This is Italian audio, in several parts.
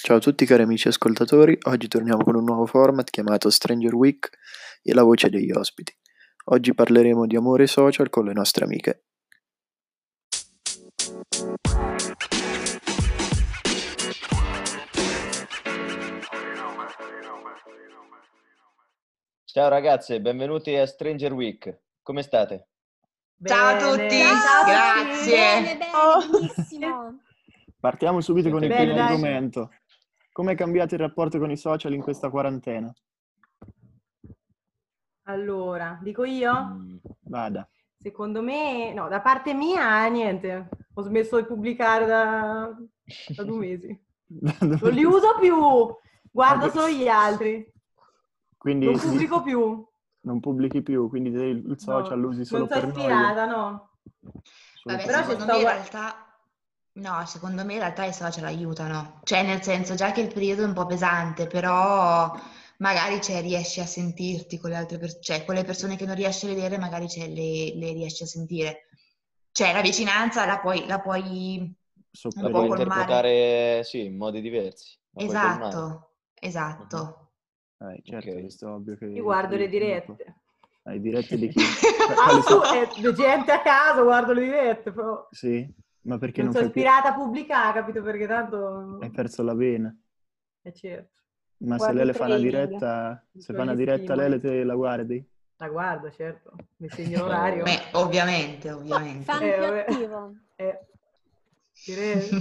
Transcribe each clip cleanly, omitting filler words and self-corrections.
Ciao a tutti cari amici ascoltatori, oggi torniamo con un nuovo format chiamato Stranger Week e la voce degli ospiti. Oggi parleremo di amore social con le nostre amiche. Ciao ragazze, benvenuti a Stranger Week. Come state? Ciao a tutti, Ciao, grazie. benissimo. Partiamo subito con il Bene, primo dai. argomento. Come è cambiato il rapporto con i social in questa quarantena? Allora, dico io? Vada. Secondo me, no, da parte mia, niente. Ho smesso di pubblicare da 2 mesi. Non li uso più, guardo solo gli altri. Quindi Non pubblico più. non pubblichi più, quindi te il social lo usi solo non sono per noia. ispirata, no. Solo Vabbè, per secondo noia. me in realtà, no, secondo me in realtà i social aiutano. Cioè, nel senso, già che il periodo è un po' pesante, però magari riesci a sentirti con le altre persone, cioè con le persone che non riesci a vedere, magari le riesci a sentire. Cioè, la vicinanza la puoi La un Sopperire. po' puoi colmare. interpretare, sì, in modi diversi. La puoi colmare. Esatto. Certo, Ok. questo è ovvio che... Io guardo le aiuta un po'. dirette. Le dirette di chi? Quali sono? Gente a caso, guardo le dirette, però Sì, ma perché non non sono fai più... ispirata a pubblicare, capito? Perché tanto... Hai perso la vena. certo. Ma se Guardi lei il le fa una training. diretta, se Con fa una gli diretta lei stimoli. te la guardi? La guardo, certo. Mi segno l'orario. Beh, ovviamente. Fan più vabbè. attivo. Direi.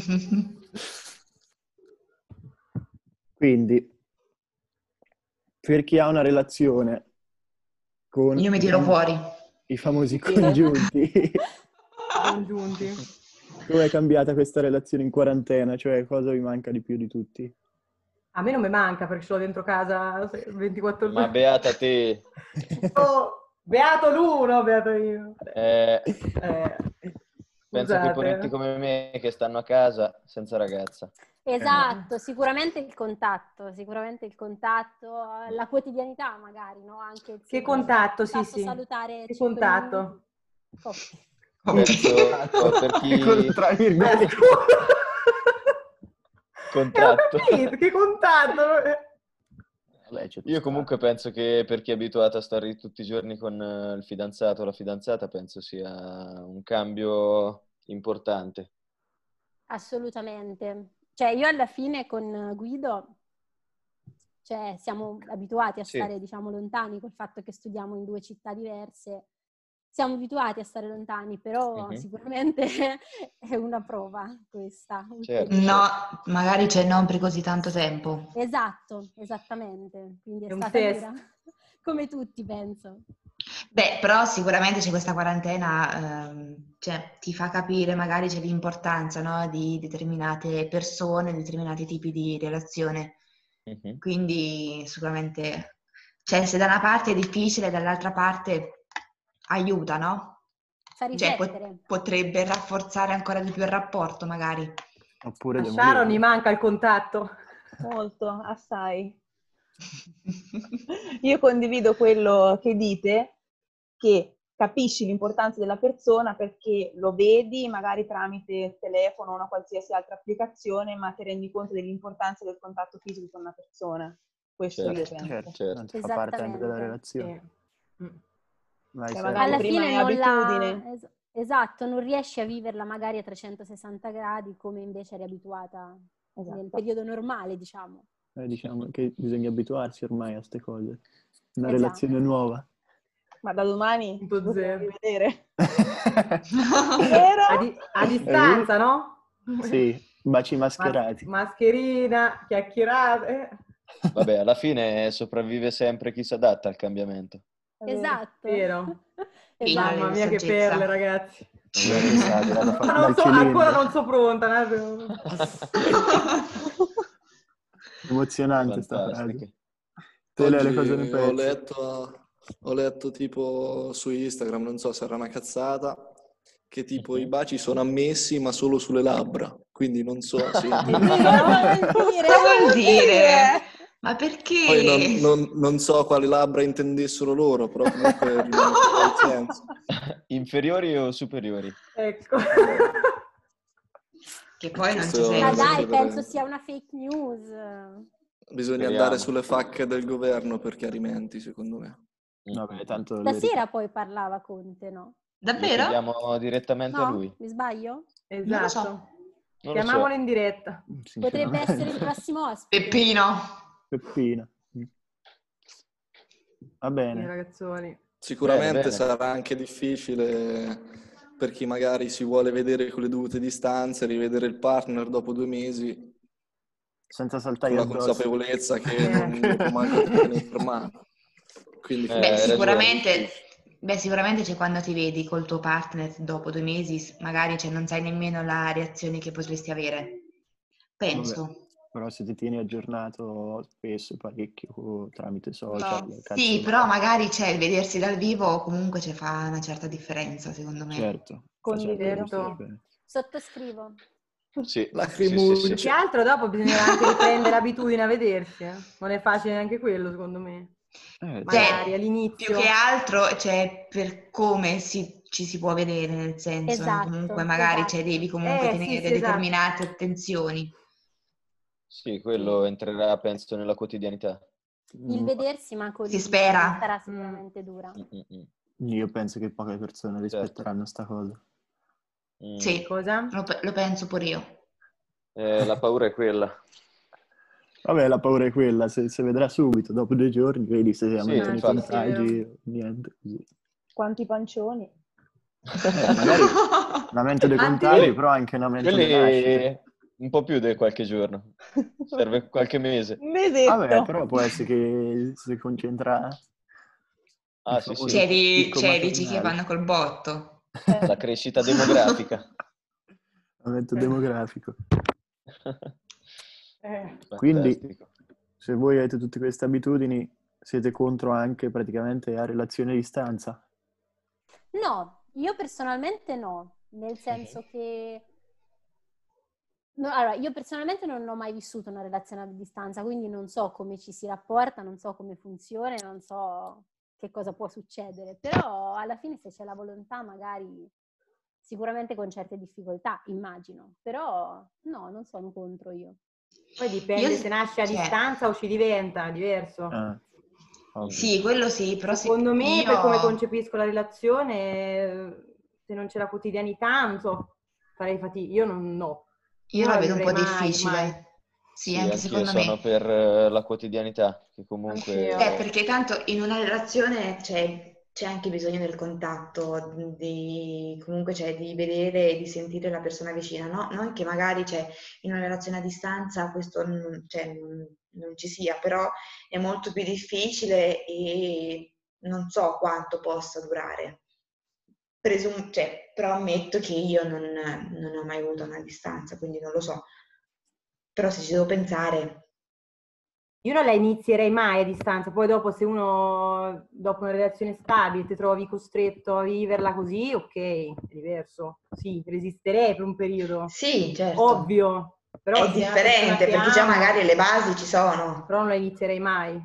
Quindi, per chi ha una relazione con Io mi tiro fuori. i famosi congiunti, Congiunti. come è cambiata questa relazione in quarantena? Cioè, cosa vi manca di più di tutti? A me non mi manca perché ce l'ho dentro casa 24 ore. Ma beata te! Oh, beato l'uno, beato io. Penso che i Scusate. ponenti come me che stanno a casa senza ragazza. Esatto, sicuramente il contatto, la quotidianità magari, no? Anche il Che contatto, sì, contatto sì. salutare Che 5 contatto? minuti. Penso per chi... Tra virgolette. Contratto. Ho capito, che contatto? Vabbè, ci può Io stare. comunque penso che per chi è abituato a stare tutti i giorni con il fidanzato o la fidanzata, penso sia un cambio importante. Assolutamente. Cioè io alla fine con Guido, cioè siamo abituati a Sì. stare, diciamo, lontani col fatto che studiamo in 2 città diverse. Siamo abituati a stare lontani, però sicuramente è una prova questa. Certo. No, magari non per così tanto tempo. Esatto, esattamente. Quindi è È un stata test. dura, come tutti penso. Beh, però sicuramente c'è questa quarantena, cioè, ti fa capire, magari c'è l'importanza, no, di determinate persone, determinati tipi di relazione. Mhm. Quindi sicuramente, cioè, se da una parte è difficile, dall'altra parte aiuta, no? Fa Cioè, riflettere. potrebbe rafforzare ancora di più il rapporto, magari. Oppure A demolirlo. Sharon gli manca il contatto. Molto, assai. Io condivido quello che dite, che capisci l'importanza della persona perché lo vedi magari tramite telefono o una qualsiasi altra applicazione, ma ti rendi conto dell'importanza del contatto fisico con una persona. Questo io Certo. penso. Certo. Fa parte anche della Esattamente. relazione. Vai, Cioè, Sara. magari Alla prima fine è non abitudine. esatto, non riesci a viverla magari a 360 gradi come invece eri abituata nel Esatto. periodo normale, diciamo. Diciamo che bisogna abituarsi ormai a queste cose. Una Esatto. relazione nuova. Ma da domani Punto dobbiamo zero. rivedere. Vero? A distanza, no? Sì, baci mascherati. Mascherina, chiacchierate. Vabbè, alla fine sopravvive sempre chi si adatta al cambiamento. Esatto. Vero. Esatto. Mamma mia, che saggezza. perle, ragazzi. Ancora Non so pronta. Emozionante sta frase. Fantastiche. Te Oggi le cosa ne pensi? ho letto tipo su Instagram, non so se era una cazzata, che tipo i baci sono ammessi ma solo sulle labbra, quindi non so se... Cosa vuol dire? Ma perché? Poi non so quali labbra intendessero loro, però comunque rimane il senso. Inferiori o superiori? Ecco. Che poi non ci Questo- Ma sei. dai, vedere. penso sia una fake news. Bisogna Speriamo. andare sulle FAQ del governo per chiarimenti, secondo me. Vabbè, tanto Stasera poi parlava Conte, no? Lo Davvero? chiediamo direttamente a No? lui. Mi sbaglio? Esatto. Non lo Chiamiamolo so. in diretta. Potrebbe essere il prossimo ospite. Peppino. Peppino. Va I bene. ragazzoni. Sicuramente Bene. sarà anche difficile per chi magari si vuole vedere con le dovute distanze, rivedere il partner dopo 2 mesi, Senza con saltargli la addosso. consapevolezza che non lo può manco tenere per mano. Quindi Hai Beh, ragione. sicuramente c'è quando ti vedi col tuo partner dopo 2 mesi, magari non sai nemmeno la reazione che potresti avere. Penso. Vabbè, però se ti tieni aggiornato spesso, parecchio, tramite social, No. cazzo Sì, ne però so. magari vedersi dal vivo comunque fa una certa differenza, secondo me. Certo. Condivido. Sottoscrivo. Sì, Lacrimucce. Più che altro dopo bisognerà anche riprendere l'abitudine a vedersi. Non è facile neanche quello, secondo me. Magari all'inizio. Più che altro per come ci si può vedere, nel senso, Esatto, comunque magari esatto. devi comunque tenere sì, determinate attenzioni. Sì, quello entrerà, penso, nella quotidianità. Il vedersi, ma con Si spera. sarà sicuramente dura. Io penso che poche persone rispetteranno sta cosa. Sì, Cosa? lo penso pure io. La paura è quella. Vabbè, la paura è quella, se vedrà subito, dopo 2 giorni, vedi se aumentano i infatti. contagi, niente, così. Quanti pancioni. Magari un aumento dei contagi, però anche un aumento delle nascite. Quelli un po' più di qualche giorno. Serve qualche mese. Un mesetto. Vabbè, però può essere che si concentra... Ah, il sì, famoso sì. Dici picco che maternale. vanno col botto. La crescita demografica. Aumento demografico. Quindi, Fantastico. se voi avete tutte queste abitudini, siete contro anche praticamente a relazione a distanza? No, io personalmente no, nel senso che... No, allora, io personalmente non ho mai vissuto una relazione a distanza, quindi non so come ci si rapporta, non so come funziona, non so che cosa può succedere, però alla fine se c'è la volontà magari sicuramente con certe difficoltà, immagino, però no, non sono contro io. Poi dipende se nasce a distanza o ci diventa, diverso. Sì, quello sì, però secondo me, io... per come concepisco la relazione, se non c'è la quotidianità, non so, farei fatica. Io no. Io la vedo un po' vivrei difficile. mai. Sì, anche anch'io secondo sono me. per la quotidianità, che comunque... Anch'io. Perché tanto in una relazione c'è anche bisogno del contatto, comunque di vedere e di sentire la persona vicina, no? Non che magari in una relazione a distanza questo non ci sia, però è molto più difficile e non so quanto possa durare. Però ammetto che io non ho mai avuto una distanza, quindi non lo so. Però se ci devo pensare... Io non la inizierei mai a distanza, poi dopo se uno, dopo una relazione stabile, ti trovi costretto a viverla così, ok, è diverso. Sì, resisterei per un periodo. Sì, certo. Ovvio. Però è differente, perché già magari le basi ci sono. Però non la inizierei mai.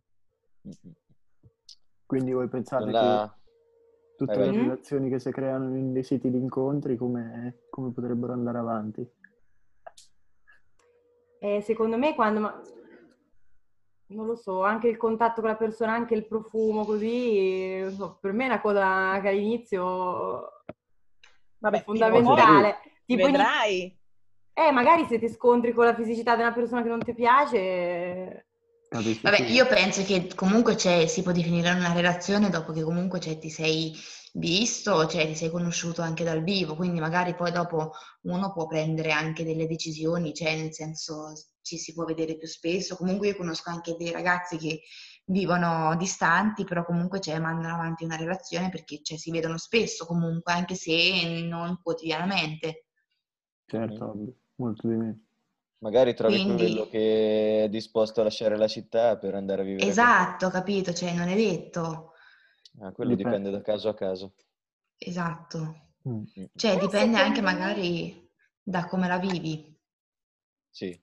Quindi voi pensate che tutte le vai. relazioni che si creano in dei siti di incontri come potrebbero andare avanti? Secondo me quando... non lo so, anche il contatto con la persona, anche il profumo, così, non so, per me è una cosa che all'inizio è fondamentale. Tipo vedrai. Magari se ti scontri con la fisicità di una persona che non ti piace... Vabbè, io penso che comunque si può definire una relazione dopo che comunque ti sei visto, ti sei conosciuto anche dal vivo, quindi magari poi dopo uno può prendere anche delle decisioni, nel senso ci si può vedere più spesso. Comunque io conosco anche dei ragazzi che vivono distanti, però comunque mandano avanti una relazione perché si vedono spesso comunque, anche se non quotidianamente. Certo, molto di meno. Magari trovi quello che è disposto a lasciare la città per andare a vivere. Esatto, capito? Non è detto. Quello dipende da caso a caso. Esatto. Però dipende anche magari da come la vivi. Sì.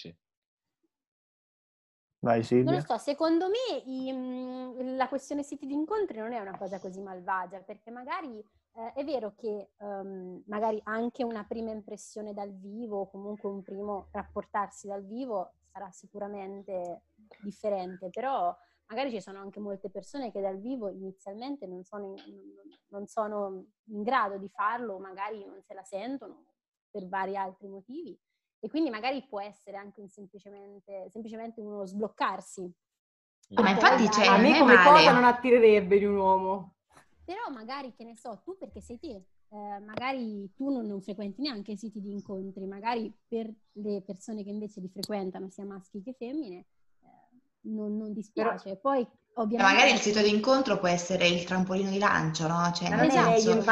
Vai, Silvia. Non lo so, secondo me la questione siti di incontri non è una cosa così malvagia, perché magari è vero che magari anche una prima impressione dal vivo o comunque un primo rapportarsi dal vivo sarà sicuramente differente, però magari ci sono anche molte persone che dal vivo inizialmente non sono in grado di farlo, magari non se la sentono per vari altri motivi e quindi magari può essere anche semplicemente uno sbloccarsi. Ma infatti, cioè, A non me è come male. cosa non attirerebbe di un uomo. Però magari, che ne so, tu perché sei te, magari tu non frequenti neanche i siti di incontri, magari per le persone che invece li frequentano, sia maschi che femmine, non dispiace. Poi ovviamente Magari il sito di incontro può essere il trampolino di lancio, no? Cioè, Ma nel non è meglio senso...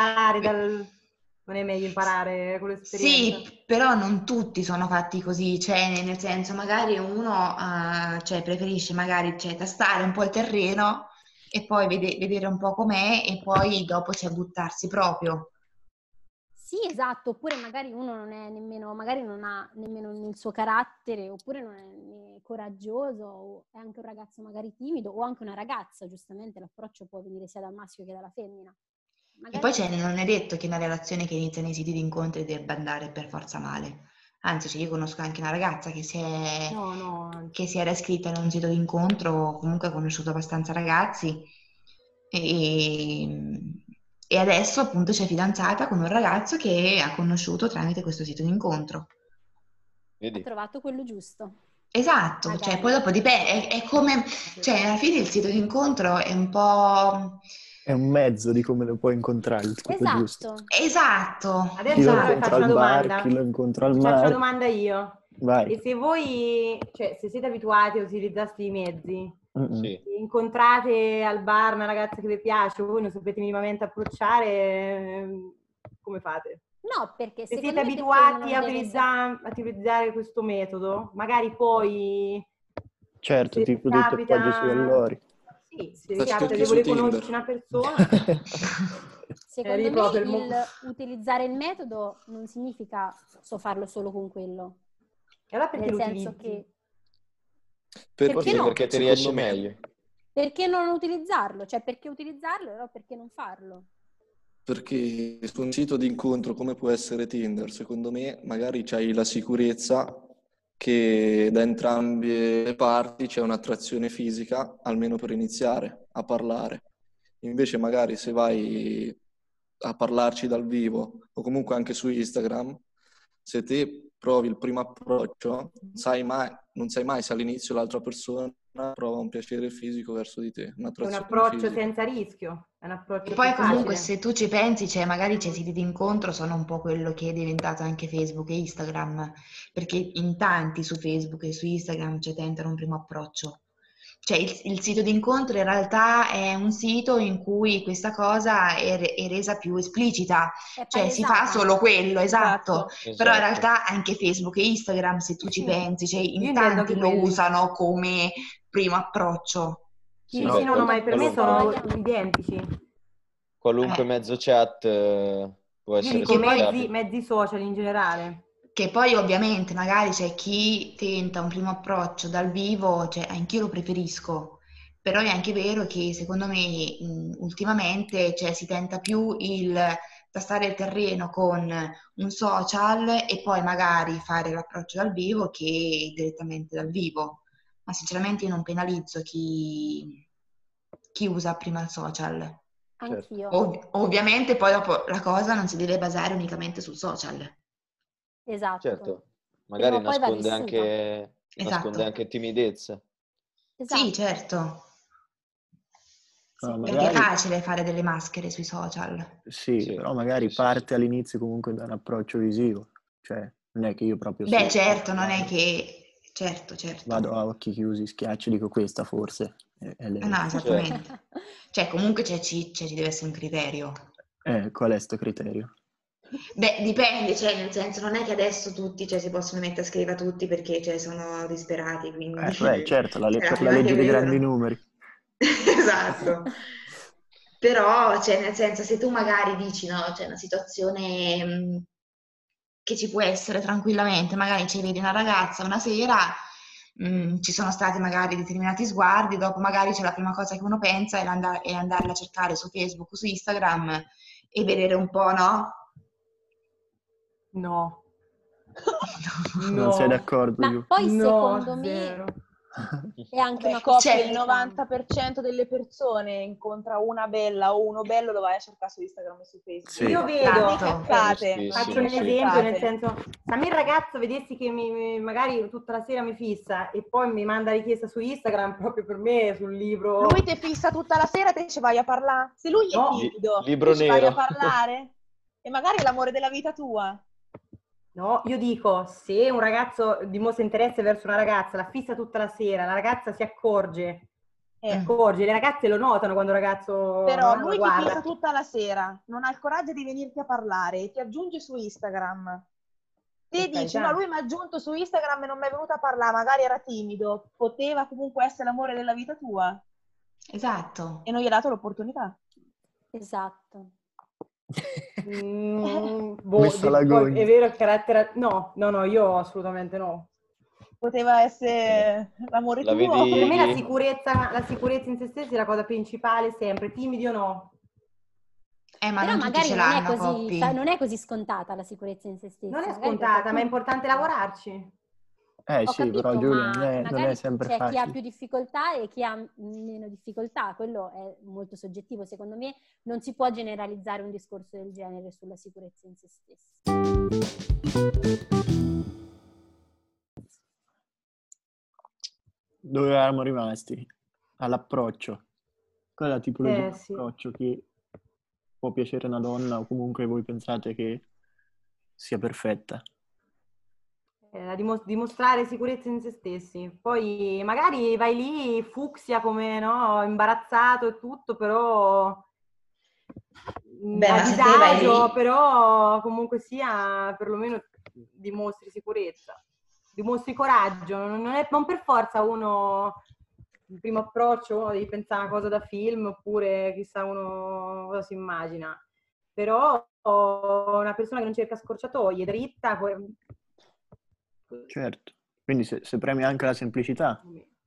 imparare con l'esperienza? Sì, però non tutti sono fatti così, cioè nel senso magari uno cioè, preferisce magari cioè, tastare un po' il terreno e poi vedere un po' com'è e poi dopo cioè, buttarsi proprio. sì, esatto, oppure magari uno non è nemmeno, magari non ha nemmeno il suo carattere, oppure non è né coraggioso, o è anche un ragazzo magari timido, o anche una ragazza, giustamente l'approccio può venire sia dal maschio che dalla femmina. E poi non è detto che una relazione che inizia nei siti di incontri debba andare per forza male. Anzi, cioè, io conosco anche una ragazza che si era iscritta in un sito di incontro, comunque ha conosciuto abbastanza ragazzi e adesso appunto c'è fidanzata con un ragazzo che ha conosciuto tramite questo sito di incontro. Ha Vedi? trovato quello giusto. Esatto, cioè Magari. poi dopo dipende, è come, cioè alla fine il sito di incontro è un po'... È un mezzo di come lo puoi incontrare, il tipo giusto. Esatto. Adesso Chi lo allora vi incontra faccio una al bar, domanda. chi lo incontra al Vi faccio una mare. domanda io. Vai. E se voi, cioè, se siete abituati a utilizzare i mezzi, Sì. se incontrate al bar una ragazza che vi piace, voi non sapete minimamente approcciare, come fate? No, perché Se secondo siete me perché abituati uno a deve utilizzare questo metodo, magari poi Certo, se tipo vi ti appoggi sugli capita, allori. sì, se vi La capita cerchi di su voler Tinder. conoscere una persona, Secondo lì proprio me utilizzare il metodo non significa so farlo solo con quello. E allora perché Nel lo senso utilizzi? che Forse Perché no? perché ti Secondo riesce me. meglio. perché non utilizzarlo? Cioè perché utilizzarlo, però perché non farlo? Perché su un sito di incontro come può essere Tinder, secondo me, magari c'hai la sicurezza che da entrambe le parti c'è un'attrazione fisica, almeno per iniziare a parlare. Invece magari se vai a parlarci dal vivo o comunque anche su Instagram, se te provi il primo approccio, non sai mai se all'inizio l'altra persona prova un piacere fisico verso di te, È un un'attrazione approccio fisica. senza rischio, è un approccio E poi più comunque facile. se tu ci pensi, cioè magari i siti di incontro sono un po' quello che è diventato anche Facebook e Instagram, perché in tanti su Facebook e su Instagram tentano un primo approccio. Cioè il sito di incontro in realtà è un sito in cui questa cosa è resa più esplicita, È cioè si fa palesata. solo quello, esatto. Però in Esatto. realtà anche Facebook e Instagram, se tu ci Sì, pensi, cioè io in intendo tanti anche lo quelli. usano come primo approccio. Sì, Sì, beh, sì, no, ma per me sono Poi- identici. qualunque mezzo chat può essere Dico sfruttato. mezzi social in generale. Che poi ovviamente magari c'è chi tenta un primo approccio dal vivo, cioè anch'io lo preferisco, però è anche vero che secondo me ultimamente cioè, si tenta più il tastare il terreno con un social e poi magari fare l'approccio dal vivo che direttamente dal vivo. Ma sinceramente io non penalizzo chi usa prima il social. Anch'io. Ovviamente poi dopo la cosa non si deve basare unicamente sul social. Esatto. Certo, magari Prima o poi va nasconde vissuta. Esatto. anche timidezza. Esatto. Sì, certo. No, Perché è magari, facile fare delle maschere sui social. sì, Sì, però magari sì, sì, parte all'inizio comunque da un approccio visivo. Cioè, non è che io proprio Beh, subito certo, non è che... Certo. vado a occhi chiusi, schiaccio, dico questa forse è lei. No, Certo. esattamente. Cioè, comunque ci deve essere un criterio. Qual è sto criterio? Beh, dipende, cioè, nel senso, non è che adesso tutti, cioè, si possono mettere a scrivere a tutti perché, cioè, sono disperati, quindi... Beh, certo, cioè, la per la prima che legge dei grandi vedono. numeri. Esatto. Però, cioè, nel senso, se tu magari dici, no, c'è una situazione che ci può essere tranquillamente, magari ci vedi una ragazza una sera, ci sono stati magari determinati sguardi, dopo magari c'è la prima cosa che uno pensa è andarla a cercare su Facebook o su Instagram e vedere un po', no? No. Non sei No. d'accordo, Ma Giù? poi No, secondo me zero. è anche Beh, una coppie, questione il di campo. 90% delle persone incontra una bella o uno bello, lo vai a cercare su Instagram e su Facebook. Sì. Io Non vedo, mi cazzate, non faccio mi un Giustissimo, sì. esempio, nel cazzate. senso, se a me il ragazzo vedessi che magari tutta la sera mi fissa e poi mi manda richiesta su Instagram, proprio per me sul libro. Lui ti fissa tutta la sera, te ci vai a parlare. Se lui è No. timido, Libro tu ci vai a nero. parlare e magari è l'amore della vita tua. No, io dico, se un ragazzo dimostra interesse verso una ragazza, la fissa tutta la sera, la ragazza si accorge, le ragazze lo notano quando il ragazzo Però la lui ti guarda. fissa tutta la sera, non ha il coraggio di venirti a parlare e ti aggiunge su Instagram. Te Per dici, carità. no, lui mi ha aggiunto su Instagram e non mi è venuto a parlare, magari era timido, poteva comunque essere l'amore della vita tua Esatto. e non gli hai dato l'opportunità. Esatto. Messa la Poi gogna. è vero il carattere... No, io assolutamente no. Poteva essere l'amore La tuo. vedi- Per me la sicurezza in se stessi è la cosa principale sempre, timidi o no. Ma Però non tutti magari ce non è l'hanno, così, Poppy. non è così scontata la sicurezza in se stessi. Non è Magari per scontata, ma è qualcuno- importante lavorarci. Ho Sì, però capito, Giulia, ma non è magari sempre c'è chi ha facile. più difficoltà e chi ha meno difficoltà, quello è molto soggettivo. Secondo me non si può generalizzare un discorso del genere sulla sicurezza in se stessi. Dove eravamo rimasti? All'approccio. Qual è la tipologia di Sì. approccio che può piacere a una donna o comunque voi pensate che sia perfetta? Dimostrare sicurezza in se stessi. Poi magari vai lì fucsia come, no, imbarazzato e tutto, però Beh, a ma se te vai disagio, lì... però comunque sia perlomeno dimostri sicurezza, dimostri coraggio, non per forza uno, il primo approccio, uno devi pensare a una cosa da film oppure chissà uno cosa si immagina, però una persona che non cerca scorciatoie, dritta, poi... Certo. Quindi se premi anche la semplicità.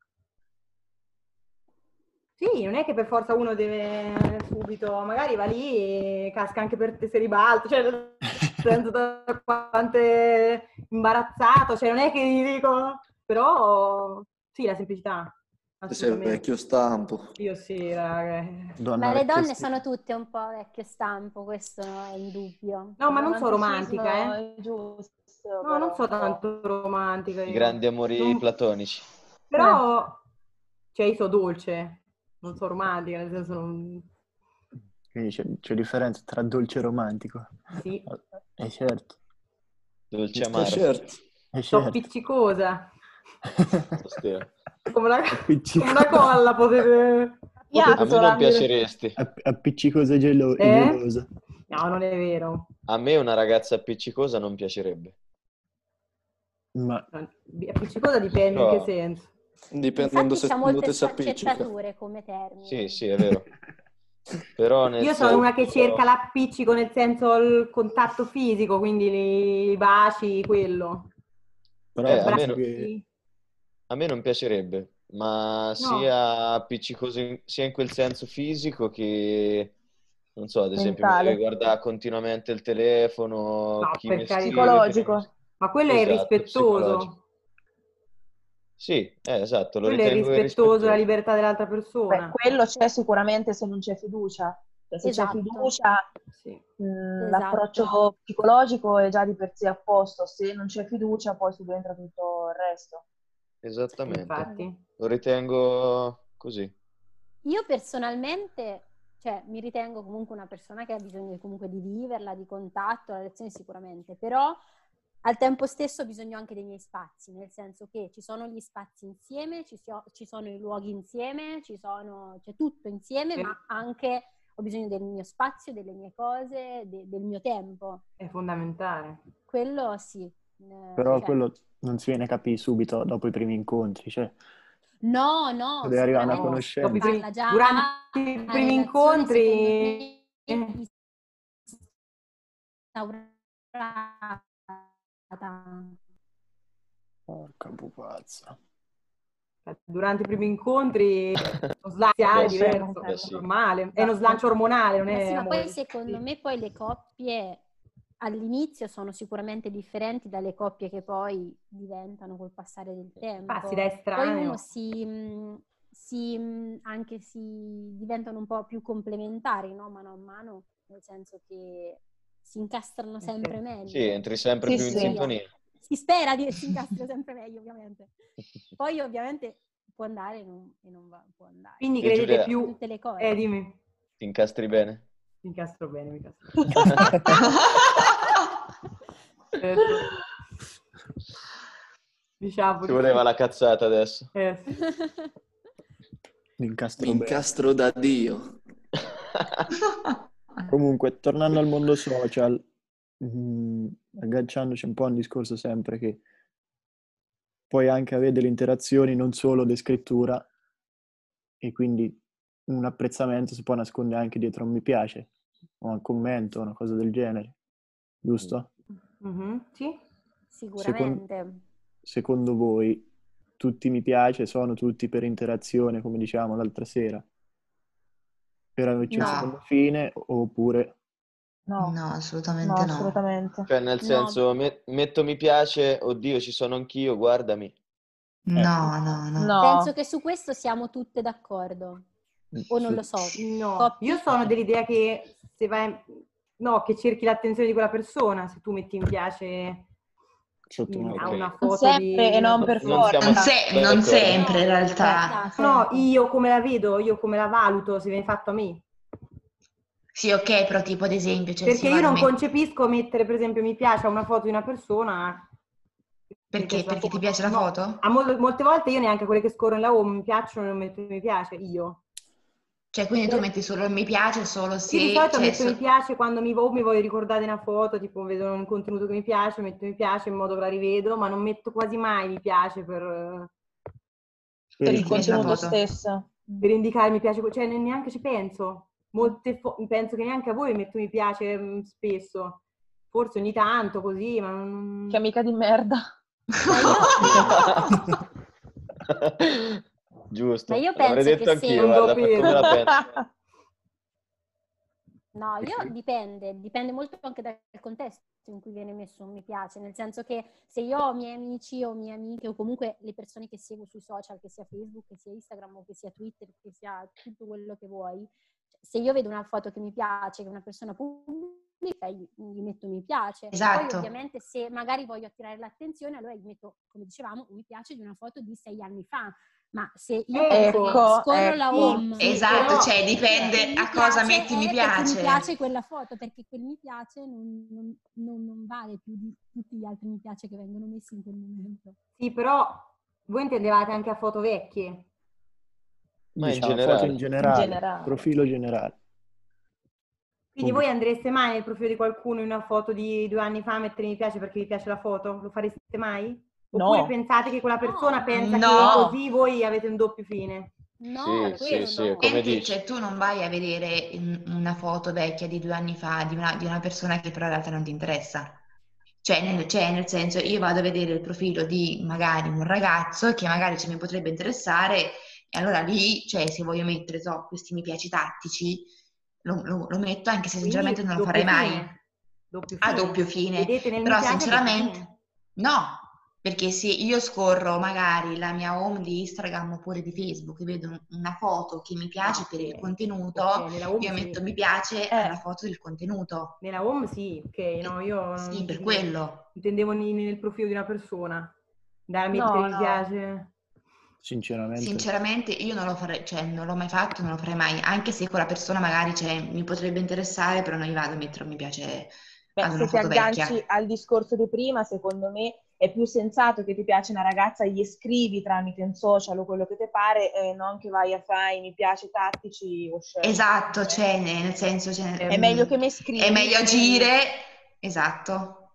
Sì, non è che per forza uno deve subito, magari va lì e casca anche per te se ribalta, cioè nel senso da quanto è imbarazzato, cioè non è che gli dico, però sì, la semplicità, Se sei assolutamente. vecchio stampo. Io sì, raga. Donna Ma le vecchia donne stile. sono tutte un po' vecchio stampo, questo è indubbio. No, ma non so Romanticismo romantica, è giusto, No, non so però. tanto romantica I io. grandi amori Non- platonici. Però, cioè io so dolce, non so romantica, nel senso non... Quindi c'è differenza tra dolce e romantico. Sì, Certo. Dolce amaro. Certo. so Certo. appiccicosa. Sostiene. Come una Appiccicosa. colla potete A me non dire. piaceresti. Appiccicosa e Eh? gelosa. No, non è vero. A me una ragazza appiccicosa non piacerebbe. Ma Appiccicosa dipende in che Però- senso. Dipendendo Infatti se c'ha secondo molte te si appiccica. sfaccettature come termine. Sì, è vero. Però nel Io sono una che senso- cerca l'appiccico nel senso il contatto fisico, quindi i baci, quello. però a me penso no- che A me non piacerebbe, ma sia appiccicoso sia in quel senso fisico che, non so, ad esempio, mi Mentale. deve guardare continuamente il telefono, No, chi per mi carità. scrive, chi non mi Psicologico. Ma quello è Esatto, irrispettoso. psicologico. Sì, esatto, lo Quello è ritengo irrispettoso della irrispettoso. libertà dell'altra Beh, persona. quello c'è sicuramente se non c'è fiducia. Cioè, se Esatto. c'è fiducia, Sì. l'approccio psicologico è già di per sé a posto. Se non c'è fiducia, poi subentra tutto il resto. Esattamente, Infatti. lo ritengo così. Io personalmente, cioè, mi ritengo comunque una persona che ha bisogno comunque di viverla, di contatto, la lezione sicuramente, però al tempo stesso ho bisogno anche dei miei spazi, nel senso che ci sono gli spazi insieme, ci sono i luoghi insieme, c'è tutto insieme, ma anche ho bisogno del mio spazio, delle mie cose, del mio tempo. È fondamentale. Quello sì. però cioè, quello non si viene a capire subito dopo i primi incontri, cioè no, deve arrivare una sicuramente si conoscenza. parla già Durante i la primi relazione, incontri secondo me, instaurata. Porca pupazza. Durante i primi incontri lo slancio è diverso, è sì. normale. È uno slancio ormonale, non è Sì, ma amore. poi secondo me poi le coppie all'inizio sono sicuramente differenti dalle coppie che poi diventano col passare del tempo. Passi da Poi estraneo. uno anche si diventano un po' più complementari, no? Mano a mano, nel senso che si incastrano sempre meglio. Sì, entri sempre Sì, più in sì. sintonia. Si spera di si incastrare sempre meglio, ovviamente. Poi ovviamente può andare e non va, può andare. Quindi E credete Giulia, più... Tutte le cose. Dimmi. ti incastri bene? Mi incastro bene, mi incastro Ci bene. Diciamo. voleva la cazzata adesso. Sì. Mi incastro Mi bene. incastro da Dio. Comunque, tornando al mondo social, agganciandoci un po' a un discorso sempre che puoi anche avere delle interazioni, non solo di scrittura, e quindi un apprezzamento si può nascondere anche dietro un mi piace, o un commento, una cosa del genere, giusto? Sì. Sicuramente. Secondo voi, tutti mi piace sono tutti per interazione, come dicevamo l'altra sera? Per averci un No. secondo fine, oppure... No, No, assolutamente no, no. assolutamente. Cioè, nel senso, metto mi piace, oddio, ci sono anch'io, guardami. No, no, no. No. Penso che su questo siamo tutte d'accordo. O non lo so. No, Coppie? io sono dell'idea che se vai... No, che cerchi l'attenzione di quella persona, se tu metti mi piace Sotto una a Ok. una Non foto sempre di e una non per persona. Non siamo forza. Non d'accordo. sempre in No, realtà. No, sempre. io come la vedo, io come la valuto, se viene fatto a me. Sì, ok, però tipo ad esempio, cioè se Perché io vado non concepisco mettere, per esempio, mi piace a una foto di una persona. Perché? Perché ti piace la No, foto? molte volte io neanche quelle che scorrono in la home mi piacciono, non metto mi piace, io. Cioè, quindi tu metti solo il mi piace solo se... Io di solito cioè, metto mi piace quando mi voglio ricordare una foto, tipo vedo un contenuto che mi piace, metto mi piace in modo che la rivedo, ma non metto quasi mai mi piace per Per il ti piace la contenuto foto? stesso. indicare mi piace, cioè neanche ci penso. Penso che neanche a voi metto mi piace spesso. Forse ogni tanto così, ma non... Che amica di merda. Giusto, Ma io l'avrei penso detto che anch'io, se- guarda, come la penso. No, dipende molto anche dal contesto in cui viene messo un mi piace, nel senso che se io ho miei amici o mie amiche o comunque le persone che seguo sui social, che sia Facebook, che sia Instagram o che sia Twitter, che sia tutto quello che vuoi, se io vedo una foto che mi piace, che una persona pubblica, gli metto mi piace. Esatto. Poi ovviamente se magari voglio attirare l'attenzione, allora gli metto, come dicevamo, un mi piace di una foto di 6 anni fa. Ma se io penso che scorro la home, esatto, però cioè dipende a cosa metti mi perché mi piace. piace quella foto, perché quel mi piace non vale più di tutti gli altri mi piace che vengono messi in quel momento. Sì, però voi intendevate anche a foto vecchie. Ma in Diciamo, generale. foto in generale, In generale. profilo generale. Quindi voi andreste mai nel profilo di qualcuno in una foto di 2 anni fa a mettere mi piace perché vi piace la foto? Lo fareste mai? No. Oppure pensate che quella persona No. pensa No. che così voi avete un doppio fine? No, Sì, quello sì, no. come Senti, dici. cioè tu non vai a vedere una foto vecchia di 2 anni fa di una persona che però in realtà non ti interessa. Cioè nel senso, io vado a vedere il profilo di magari un ragazzo che magari mi potrebbe interessare e allora lì, cioè se voglio mettere questi mi piaci tattici, lo metto anche se sinceramente non lo farei mai. A doppio fine. Vedete nel Però mi piace sinceramente doppio fine. no, perché se io scorro magari la mia home di Instagram oppure di Facebook e vedo una foto che mi piace per il contenuto, nella home io sì. metto mi piace alla foto del contenuto. Nella home sì, ok, no, io Sì, non per quello. intendevo nel profilo di una persona. Da No, mettere mi no. piace. Sinceramente io non lo farei, cioè non l'ho mai fatto, non lo farei mai, anche se quella persona magari mi potrebbe interessare, però non gli vado a mettere un mi piace ad Se una ti foto agganci vecchia. al discorso di prima, secondo me è più sensato che ti piace una ragazza, gli scrivi tramite un social o quello che ti pare, non che vai a fare mi piace tattici o share. Esatto, cioè nel senso... È meglio che mi scrivi. È meglio agire, esatto.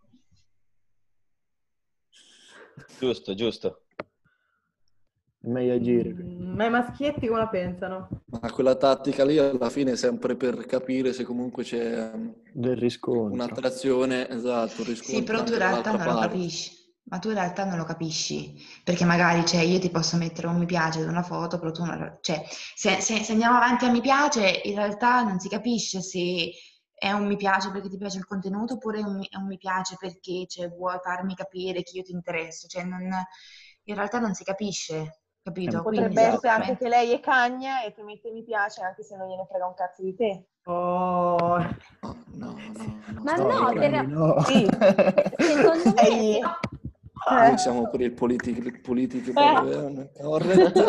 Giusto, giusto. È meglio agire. Ma i maschietti come la pensano? Ma quella tattica lì alla fine è sempre per capire se comunque c'è Del riscontro. un'attrazione, esatto, un riscontro Sì, però tu anche in realtà dall'altra non lo parte. capisci. ma tu in realtà non lo capisci, perché magari io ti posso mettere un mi piace ad una foto, però tu non, se andiamo avanti a mi piace, in realtà non si capisce se è un mi piace perché ti piace il contenuto oppure è un mi piace perché vuoi farmi capire che io ti interesso, in realtà non si capisce, capito? Quindi Potrebbe essere anche sicuramente... che lei è cagna e ti mette mi piace anche se non gliene frega un cazzo di te. Oh. No. Ma No, no, no. Sì. secondo me... Ehi. Noi siamo per il politico corretto.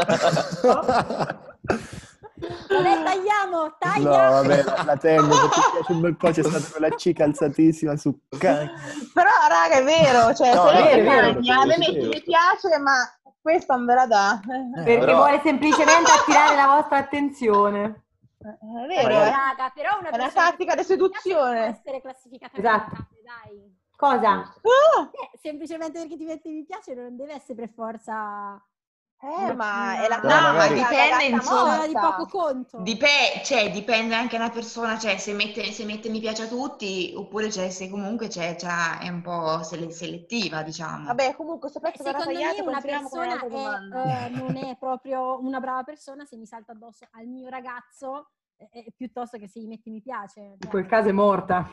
Vabbè, tagliamo! No, vabbè, la tengo perché mi piace un bel po', c'è stata quella C calzatissima su cagna. Però, raga, è vero, cioè, No, se lei è è vero, cagna, a me sì, metti sì. mi piace, ma questa non ve la dà. Perché Però- vuole semplicemente attirare la vostra attenzione. È vero, Vabbè, eh? raga, però una È una persona tattica che di seduzione. può essere classificata Esatto. come cagna, dai. Cosa? Ah! Semplicemente perché ti mette mi piace non deve essere per forza Ma è la Però No, ma magari- dipende, insomma, di poco conto. dipende anche da persona, se mette mi piace a tutti, oppure se comunque è un po' selettiva, diciamo. Vabbè, comunque, sto pezzo verrà Secondo me tagliato, una continuiamo con persona un'altra domanda. non è proprio una brava persona se mi salta addosso al mio ragazzo piuttosto che se gli metti mi piace. In quel caso è morta.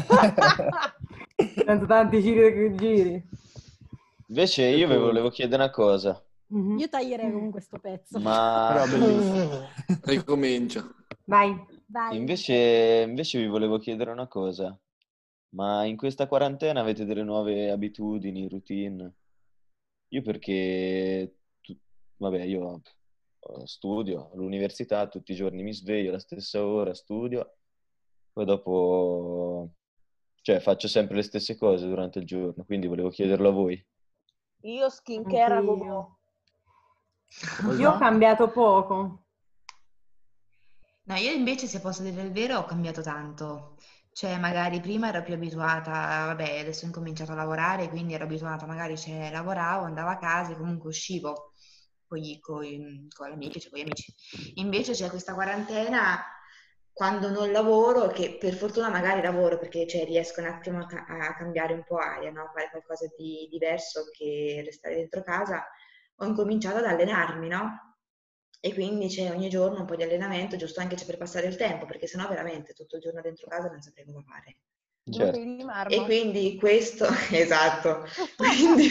Tanto tanti giri. Invece io vi volevo chiedere una cosa, Mhm. Io taglierei comunque sto pezzo. ma Però bellissimo. Ricomincia. Vai. Vai. invece vi volevo chiedere una cosa, ma in questa quarantena avete delle nuove abitudini, routine? Io perché, vabbè, io studio all'università, tutti i giorni mi sveglio alla stessa ora, studio, poi dopo, faccio sempre le stesse cose durante il giorno, quindi volevo chiederlo a voi. Io skincare a Anch'io. gogo. Io ho cambiato poco. No, io invece, se posso dire il vero, ho cambiato tanto. Cioè, magari prima ero più abituata, vabbè, adesso ho incominciato a lavorare, quindi ero abituata, magari lavoravo, andavo a casa e comunque uscivo con le amiche, con gli amici. Invece c'è questa quarantena, quando non lavoro, che per fortuna magari lavoro, perché riesco un attimo a cambiare un po' aria, no? Fare qualcosa di diverso che restare dentro casa, ho incominciato ad allenarmi, no? E quindi c'è ogni giorno un po' di allenamento, giusto anche per passare il tempo, perché sennò veramente tutto il giorno dentro casa non saprei cosa fare. Certo. Glutei di marmo. E quindi questo, esatto, quindi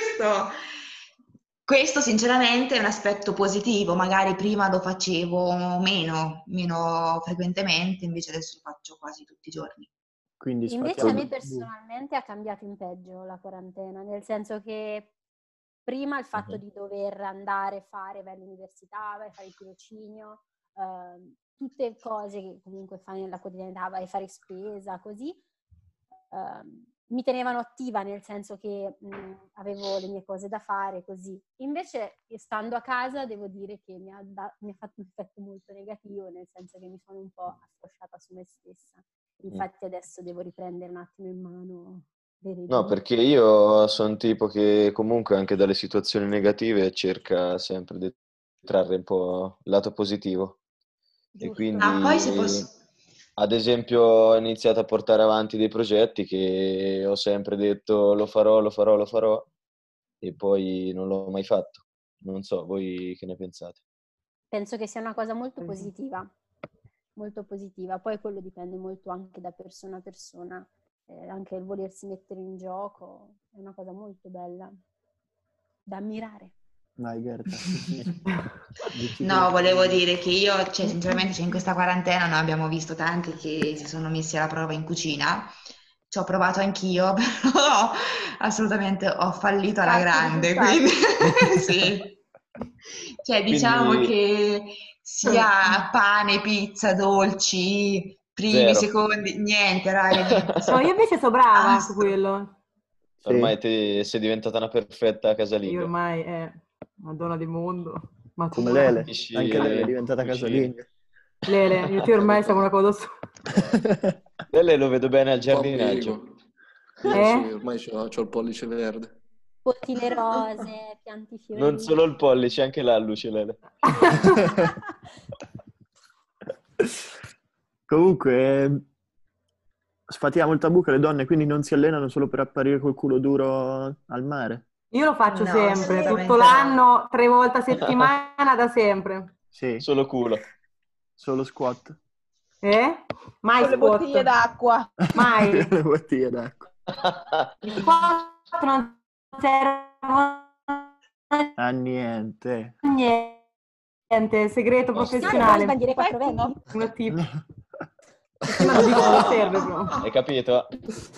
questo sinceramente è un aspetto positivo, magari prima lo facevo meno frequentemente, invece adesso lo faccio quasi tutti i giorni. Quindi Invece a me sfattiamo. personalmente ha cambiato in peggio la quarantena, nel senso che prima il fatto di dover andare a fare, vai all'università, vai a fare il tirocinio, tutte cose che comunque fai nella quotidianità, vai a fare spesa, così, mi tenevano attiva, nel senso che avevo le mie cose da fare, così. Invece, stando a casa, devo dire che mi ha fatto un effetto molto negativo, nel senso che mi sono un po' afflosciata su me stessa. Infatti adesso devo riprendere un attimo in mano le redini. No, perché io sono tipo che comunque anche dalle situazioni negative cerca sempre di trarre un po' il lato positivo. E Giusto. quindi, Ah, poi se posso... ad esempio, ho iniziato a portare avanti dei progetti che ho sempre detto lo farò, e poi non l'ho mai fatto. Non so, voi che ne pensate? Penso che sia una cosa molto positiva, molto positiva. Poi quello dipende molto anche da persona a persona. Anche il volersi mettere in gioco è una cosa molto bella da ammirare. Vai, Gerta. No, volevo dire che io, sinceramente, in questa quarantena noi abbiamo visto tanti che si sono messi alla prova in cucina. Ci ho provato anch'io, però assolutamente ho fallito alla grande, quindi sì. Diciamo Quindi- che sia pane, pizza, dolci, primi, Zero. secondi, niente, raga, niente. No, io invece so brava Ah, su quello. Sì. Ormai te sei diventata una perfetta casalinga. Io ormai è una donna del mondo. Ma Come tu- Lele. Capisci- Anche lei è diventata capisci- casalinga. Lele, io e te ormai siamo una cosa sola. Lele lo vedo bene al Un po' giardinaggio. ambiguo. Io sì, ormai c'ho il pollice verde. Bottine rose, pianti fiori. Non solo il pollice, anche l'alluce, Lele. Comunque, Sfatiamo il tabù che le donne quindi non si allenano solo per apparire col culo duro al mare. Io lo faccio No, sempre, assolutamente tutto no. l'anno, 3 volte a settimana, da sempre. Sì, Solo culo. solo squat. Mai Con le bottiglie squat. d'acqua. Mai. Le bottiglie d'acqua. Gli squat non servono Ah, niente. a niente, segreto No, No, non devi professionale. sbandire 420. No. Una tip. Sì, ma non dico che non serve però. Hai capito?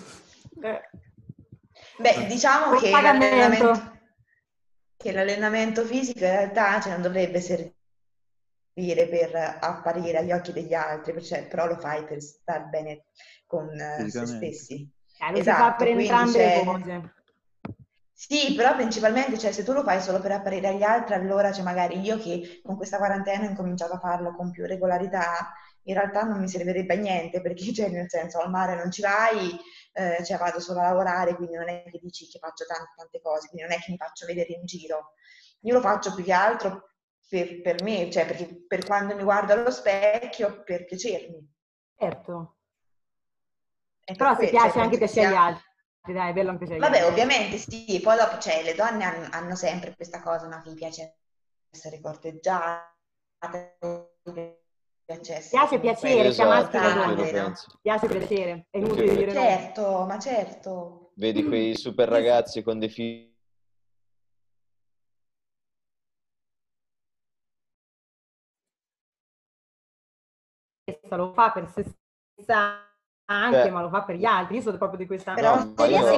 Beh, diciamo Con che pagamento. l'allenamento fisico in realtà non dovrebbe servire per apparire agli occhi degli altri, cioè, però lo fai per star bene con se Fisicamente. stessi. Lo si fa per quindi entrambe le c'è- cose. Sì, però principalmente, cioè, se tu lo fai solo per apparire agli altri, allora, cioè, magari io che con questa quarantena ho incominciato a farlo con più regolarità, in realtà non mi servirebbe a niente, perché, cioè, nel senso, al mare non ci vai, cioè, vado solo a lavorare, quindi non è che dici che faccio tante cose, quindi non è che mi faccio vedere in giro. Io lo faccio più che altro per me, cioè, perché per quando mi guardo allo specchio, per piacermi. Certo. È per Però se cioè, piace anche penso che piace agli sia... altri, dai, è bello anche piace agli Vabbè, altri. ovviamente sì, poi dopo, cioè, le donne hanno sempre questa cosa, no? Che gli piace essere corteggiate, gli piace essere Piace comunque piacere, sia Esatto, maschio che anche io lo donna. no? penso. Piace piacere, è Perché inutile dire no. Certo, ma certo. vedi quei super ragazzi con dei figli Lo fa per se stessa anche, Cioè, ma lo fa per gli altri. Io sono proprio di questa... Però no, ma io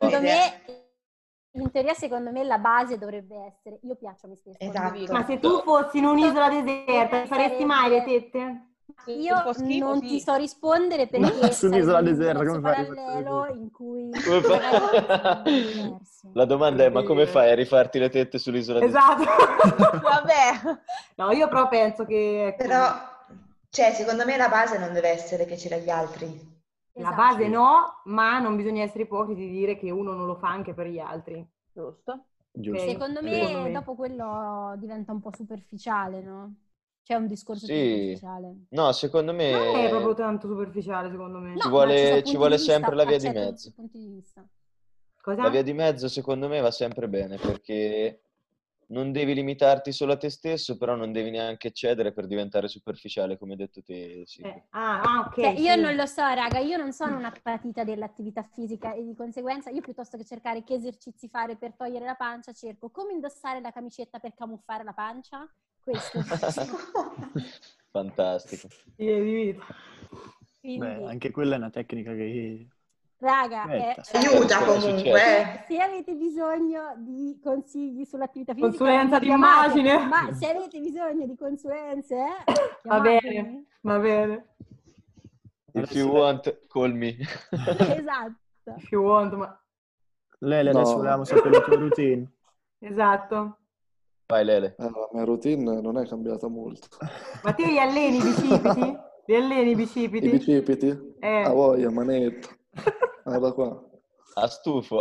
In teoria, secondo me, la base dovrebbe essere io piaccio a me stessa. Esatto. Ma se tu fossi in un'isola deserta, faresti mai le tette? Io Un po' schifo, non sì. ti so rispondere perché Su un'isola sarebbe un deserta, universo come fai a parallelo in cui come fai? magari è diverso. La domanda è: ma come fai a rifarti le tette sull'isola Esatto. Vabbè. No, io però penso che... ecco, Però, cioè, secondo me la base non deve essere piacere agli altri. la Esatto. base no, ma non bisogna essere ipocriti di dire che uno non lo fa anche per gli altri. Giusto. Giusto. Ok? Secondo me, dopo quello diventa un po' superficiale, no? C'è un discorso più Sì, superficiale. no, secondo Non è proprio me tanto superficiale, secondo me. No, ci ma ci sono vuole punti di vista, sempre la via di accetto tutti mezzo. i punti di vista. Cosa? La via di mezzo, secondo me, va sempre bene perché non devi limitarti solo a te stesso, però non devi neanche eccedere per diventare superficiale, come hai detto te, Silvia. Ok. Cioè, io sì. non lo so, raga, io non sono una patita dell'attività fisica e di conseguenza io piuttosto che cercare che esercizi fare per togliere la pancia, cerco come indossare la camicetta per camuffare la pancia. Questo. Fantastico. Idee di vita. Quindi, Beh, anche quella è una tecnica che... raga, Aspetta. Aiuta Cosa è comunque. se avete bisogno di consigli sull'attività fisica, Consulenza mi chiamate. d'immagine. Ma se avete bisogno di consulenze, Va chiamatemi. bene, va bene. If you want, call me. Esatto. If you want, ma... Lele, No. adesso volevamo sapere la tua routine. Esatto. Vai, Lele. La mia routine non è cambiata molto. Ma te li alleni i bicipiti? Li alleni i bicipiti? I bicipiti? A voglia, manetta. Guarda qua. A stufo.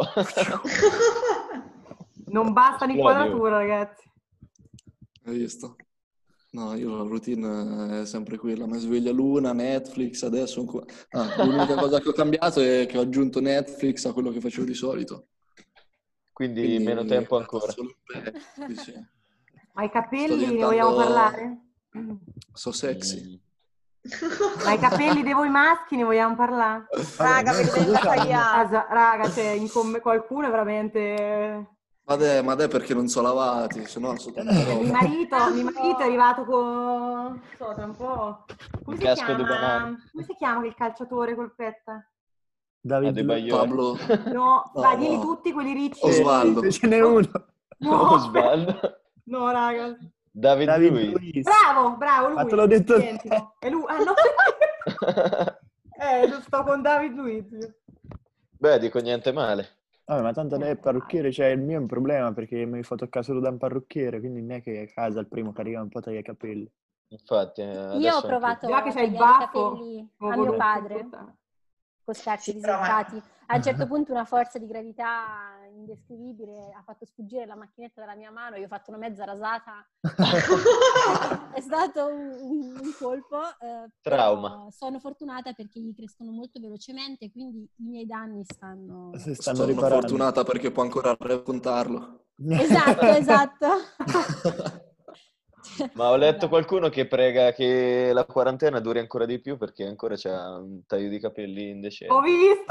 Non basta Esplodi, l'inquadratura, ragazzi. Hai visto? No, io la routine è sempre quella. Mi sveglia l'una, Netflix, adesso... l'unica cosa che ho cambiato è che ho aggiunto Netflix a quello che facevo di solito. Quindi meno tempo ancora. Solo sì, sì. Ma i Sto capelli ne diventando- vogliamo parlare? So sexy. Ma i capelli dei voi maschi ne vogliamo parlare? Raga, noi perché cosa venga siamo? tagliato. Raga, cioè, qualcuno è veramente... Ma è perché non so lavati, se no so tanta Mio roba. marito è arrivato con... Non so, tra un po'... Come Il si casco di chiama? banana. Come si chiama quel calciatore col petta? David Adebayor. Pablo No, No, vai, digli no. tutti quelli ricci. Osvaldo. Se ce n'è uno. No, Osvaldo. no, raga. David David Luiz. Luiz. Bravo, lui. Ma te l'ho detto te. Identico. È lui. Ah, no. Sto con David Luiz. Beh, dico niente male. Vabbè, ma tanto lei è parrucchiere, cioè il mio è un problema perché mi fa toccare solo da un parrucchiere, quindi non è che a casa il primo che arriva un po' taglia i capelli. Infatti, Io adesso ho provato Già che a c'hai il tagliare i baffo, capelli ho a mio voluto padre. scarsi Sì, però, risultati. A un certo punto una forza di gravità indescrivibile ha fatto sfuggire la macchinetta dalla mia mano, io ho fatto una mezza rasata. È stato un colpo, Trauma. però sono fortunata perché gli crescono molto velocemente, quindi i miei danni stanno... Si stanno Sono riparando. fortunata perché può ancora raccontarlo. Esatto. Ma ho letto Esatto. qualcuno che prega che la quarantena duri ancora di più perché ancora c'ha un taglio di capelli indecente. Ho visto!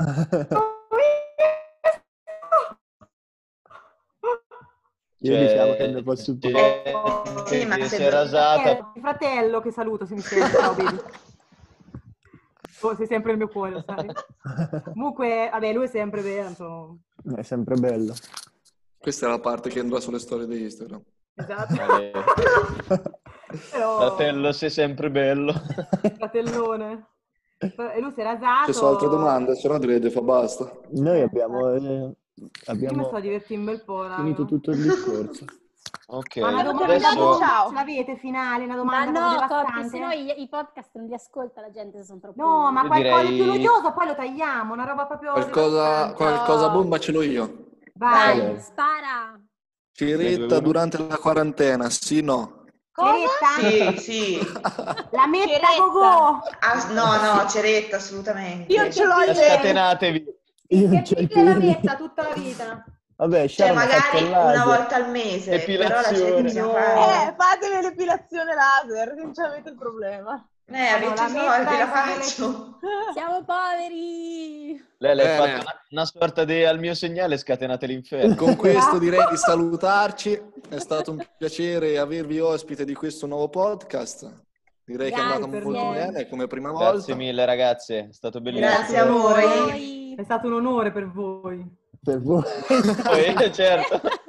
Io diciamo che ne posso più. Sì, ma che se si è rasata. Il fratello che saluto se mi senti, ciao baby. Oh, sei sempre nel mio cuore, lo sai. Comunque, vabbè, lui è sempre vero. È sempre bello. Questa è la parte che andrà sulle storie di Instagram. Esatto. Vabbè. Però, Fratello, sei sempre bello. fratellone. E lui si è rasato. Ci sono altre domande, se no direi che fa basta. Noi abbiamo Io mi sto divertendo un po', raga. finito tutto il discorso. Ok, Ma una domanda adesso Ciao. ce l'avete finale? Una Ma domanda no, Coppi, devastante? se no i podcast non li ascolta la gente se sono troppo No, ma Io qualcosa di più direi- noioso, poi lo tagliamo, una roba proprio devastante. Qualcosa bomba ce l'ho io. Vai. Allora. Spara! Firetta durante la quarantena, sì no? Ceretta? Sì, sì. La metta Ceretta. go-go! No, Ceretta, assolutamente. Io ce l'ho io. scatenatevi. Io non Che c'ho i picchia la peli. metta tutta la vita. Vabbè, Cioè, Sharon ha fatto il magari una laser. volta al mese, però la Ceretta Epilazione. bisogna No. fare. Fatevi l'epilazione laser, non ci avete il problema. Avete la i metta soldi, la è super- faccio. Siamo poveri! Lei l'hai Bene. fatto una sorta di al mio segnale scatenate l'inferno. Con questo direi di salutarci. È stato un piacere avervi ospite di questo nuovo podcast. Direi che è andata Grazie. molto bene, come prima Grazie volta. mille ragazze, è stato bellissimo. Grazie a voi. Voi. È stato un onore per voi. Per voi. Poi, certo.